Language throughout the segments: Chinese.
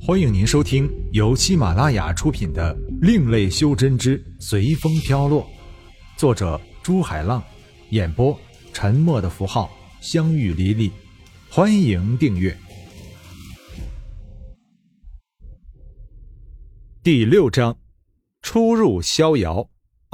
欢迎您收听由喜马拉雅出品的《另类修真之随风飘落》，作者朱海浪，演播沉默的符号，相遇离离。欢迎订阅。第6章，初入逍遥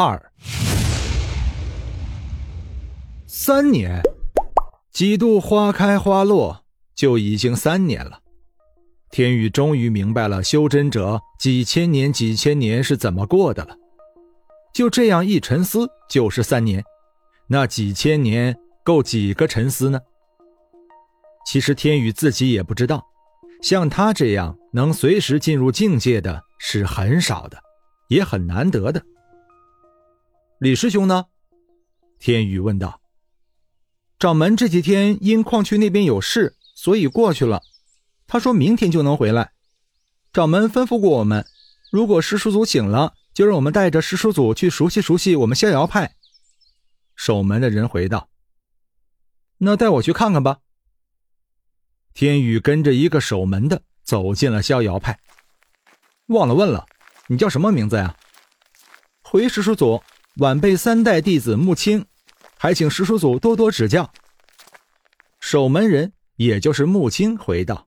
2。3年，几度花开花落，就已经3年了。天宇终于明白了修真者几千年是怎么过的了。就这样一沉思就是3年，那几千年够几个沉思呢？其实天宇自己也不知道，像他这样能随时进入境界的是很少的，也很难得的。李师兄呢？天宇问道。掌门这几天因矿区那边有事，所以过去了。他说明天就能回来。掌门吩咐过我们，如果师叔祖醒了，就让我们带着师叔祖去熟悉我们逍遥派。守门的人回道。那带我去看看吧。天宇跟着一个守门的走进了逍遥派。忘了问了，你叫什么名字呀？回师叔祖，晚辈3代弟子木青，还请师叔祖多多指教。守门人也就是木青回道。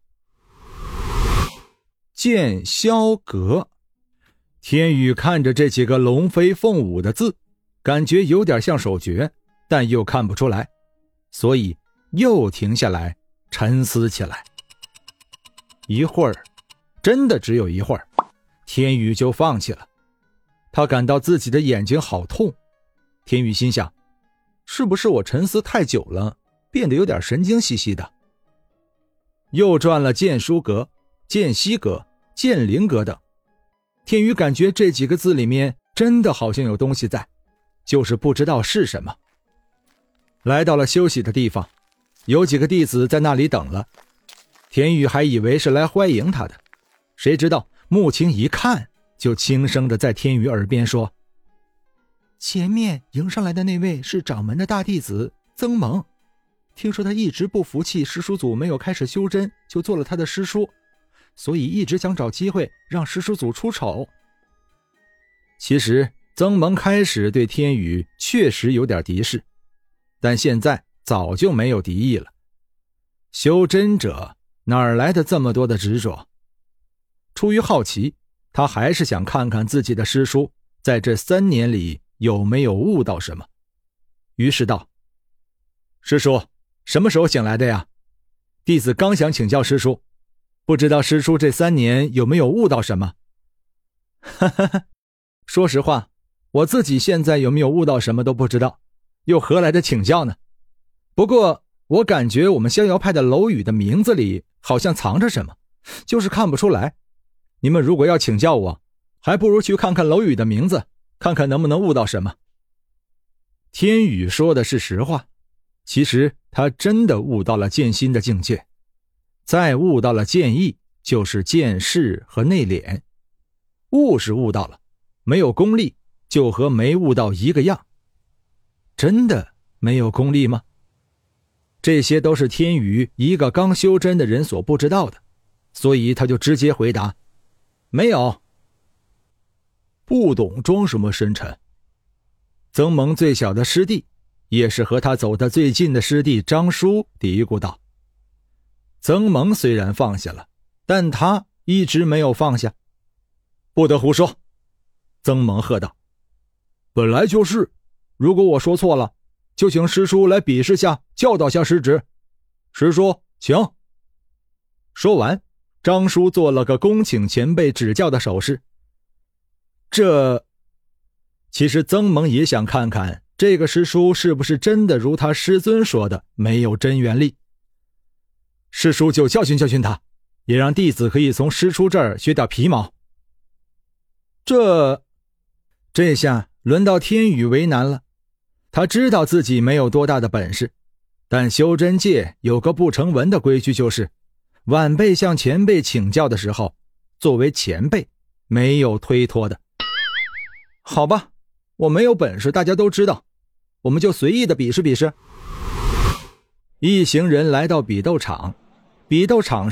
剑霄阁。天宇看着这几个龙飞凤舞的字，感觉有点像手诀，但又看不出来，所以又停下来沉思起来。一会儿，真的只有一会儿，天宇就放弃了。他感到自己的眼睛好痛。天宇心想，是不是我沉思太久了，变得有点神经兮兮的。又转了剑书阁、剑西阁、剑灵阁等，天宇感觉这几个字里面真的好像有东西在，就是不知道是什么。来到了休息的地方，有几个弟子在那里等了。天宇还以为是来欢迎他的，谁知道木青一看就轻声地在天宇耳边说，前面迎上来的那位是掌门的大弟子曾蒙，听说他一直不服气师叔祖没有开始修真就做了他的师叔，所以一直想找机会让师叔祖出丑。其实曾蒙开始对天宇确实有点敌视，但现在早就没有敌意了。修真者哪儿来的这么多的执着？出于好奇，他还是想看看自己的师叔在这3年里有没有悟到什么。于是道，师叔，什么时候醒来的呀？弟子刚想请教师叔，不知道师叔这3年有没有悟到什么？哈哈哈，说实话，我自己现在有没有悟到什么都不知道，又何来的请教呢？不过我感觉我们逍遥派的楼宇的名字里好像藏着什么，就是看不出来。你们如果要请教我，还不如去看看楼宇的名字，看看能不能悟到什么。天宇说的是实话，其实他真的悟到了剑心的境界，再悟到了剑意，就是剑势和内敛。悟是悟到了，没有功力就和没悟到一个样。真的没有功力吗？这些都是天宇一个刚修真的人所不知道的，所以他就直接回答，没有。不懂装什么深沉。曾蒙最小的师弟，也是和他走得最近的师弟张叔嘀咕道。曾蒙虽然放下了，但他一直没有放下。不得胡说！曾蒙喝道。本来就是，如果我说错了，就请师叔来比试下，教导下师侄。师叔，请。说完，张叔做了个恭请前辈指教的手势。其实曾蒙也想看看这个师叔是不是真的如他师尊说的没有真元力。师叔就教训教训他，也让弟子可以从师叔这儿学点皮毛。这下轮到天宇为难了。他知道自己没有多大的本事，但修真界有个不成文的规矩，就是晚辈向前辈请教的时候，作为前辈没有推脱的。好吧，我没有本事，大家都知道，我们就随意的比试比试。一行人来到比斗场，比斗场上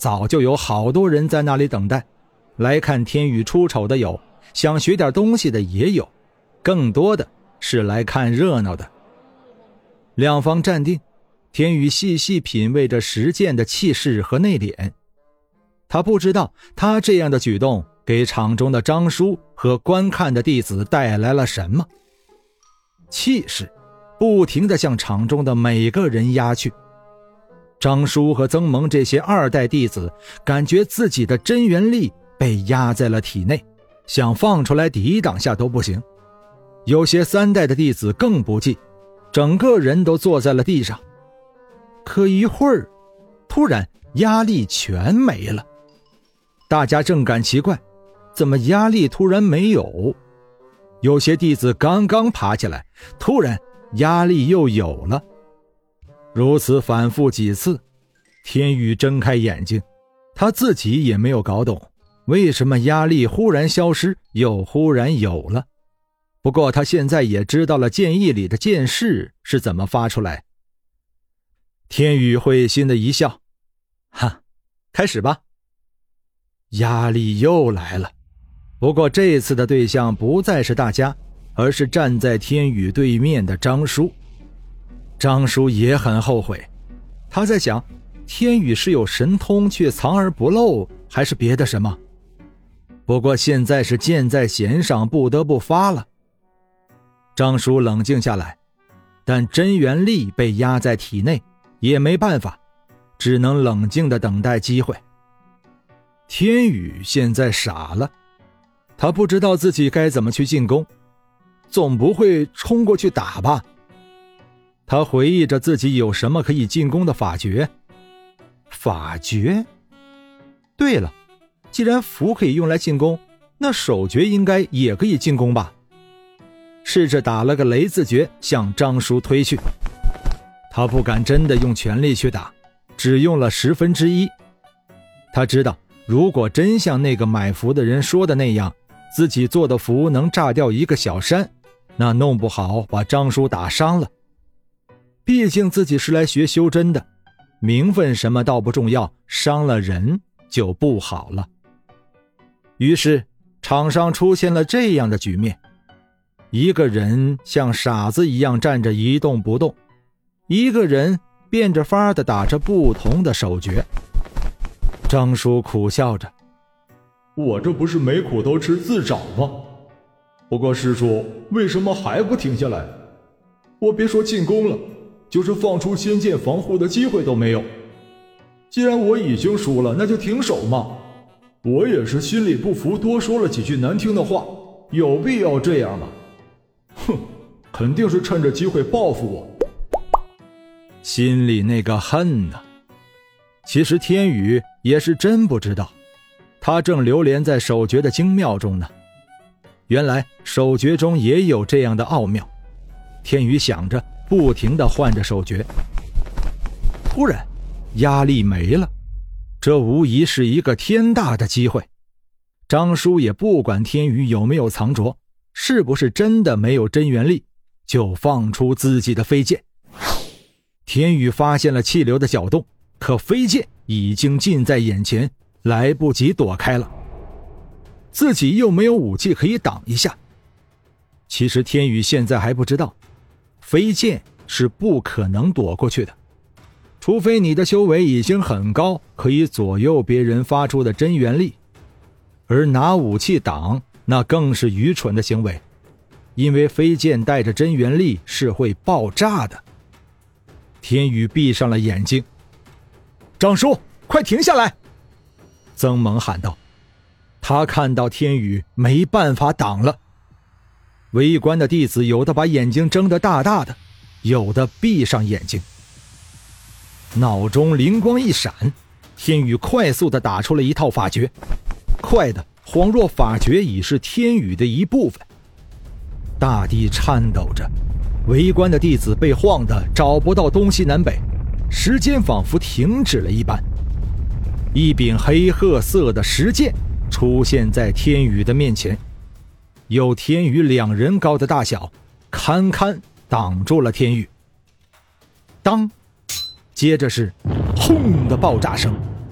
早就有好多人在那里等待，来看天宇出丑的有，想学点东西的也有，更多的是来看热闹的。两方站定，天宇细细品味着石剑的气势和内敛。他不知道他这样的举动给场中的张叔和观看的弟子带来了什么。气势不停地向场中的每个人压去。张叔和曾蒙这些二代弟子感觉自己的真元力被压在了体内，想放出来抵挡下都不行。有些三代的弟子更不济，整个人都坐在了地上。可一会儿，突然压力全没了。大家正感奇怪，怎么压力突然没有？有些弟子刚刚爬起来，突然压力又有了。如此反复几次，天宇睁开眼睛，他自己也没有搞懂，为什么压力忽然消失，又忽然有了。不过他现在也知道了剑意里的剑势是怎么发出来。天宇会心的一笑，哈，开始吧。压力又来了，不过这次的对象不再是大家，而是站在天宇对面的张叔。张叔也很后悔，他在想，天宇是有神通却藏而不露，还是别的什么？不过现在是箭在弦上，不得不发了。张叔冷静下来，但真元力被压在体内，也没办法，只能冷静地等待机会。天宇现在傻了，他不知道自己该怎么去进攻，总不会冲过去打吧？他回忆着自己有什么可以进攻的法诀。法诀？对了，既然符可以用来进攻，那手诀应该也可以进攻吧？试着打了个雷字诀向张叔推去。他不敢真的用全力去打，只用了1/10。他知道如果真像那个买符的人说的那样，自己做的符能炸掉一个小山，那弄不好把张叔打伤了。毕竟自己是来学修真的，名分什么倒不重要，伤了人就不好了。于是场上出现了这样的局面，一个人像傻子一样站着一动不动，一个人变着法的打着不同的手诀。张叔苦笑着， 我这不是没苦头吃自找吗？不过师叔为什么还不停下来？我别说进攻了，就是放出仙剑防护的机会都没有。既然我已经输了，那就停手嘛。我也是心里不服，多说了几句难听的话，有必要这样吗？哼，肯定是趁着机会报复我。 心里那个恨呢？其实天宇也是真不知道，他正流连在手诀的精妙中呢。原来手诀中也有这样的奥妙。天宇想着，不停地换着手诀。突然压力没了，这无疑是一个天大的机会。张叔也不管天宇有没有藏拙，是不是真的没有真元力，就放出自己的飞剑。天宇发现了气流的搅动，可飞剑已经近在眼前，来不及躲开了。自己又没有武器可以挡一下。其实天宇现在还不知道，飞剑是不可能躲过去的，除非你的修为已经很高，可以左右别人发出的真元力。而拿武器挡，那更是愚蠢的行为，因为飞剑带着真元力是会爆炸的。天宇闭上了眼睛。张叔，快停下来！曾蒙喊道。他看到天宇没办法挡了。围观的弟子有的把眼睛睁得大大的，有的闭上眼睛。脑中灵光一闪，天宇快速地打出了一套法诀，快的恍若法诀已是天宇的一部分。大地颤抖着，围观的弟子被晃得找不到东西南北，时间仿佛停止了一般。一柄黑褐色的石剑出现在天宇的面前，有天宇2人高的大小，堪堪挡住了天宇。当，接着是轰的爆炸声，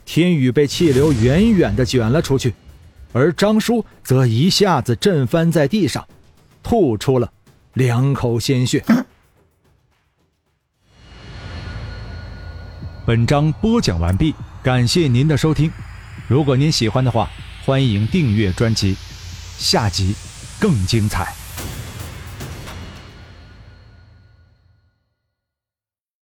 天宇被气流远远地卷了出去，而张叔则一下子震翻在地上，吐出了2口鲜血。本章播讲完毕，感谢您的收听。如果您喜欢的话，欢迎订阅专辑，下集更精彩。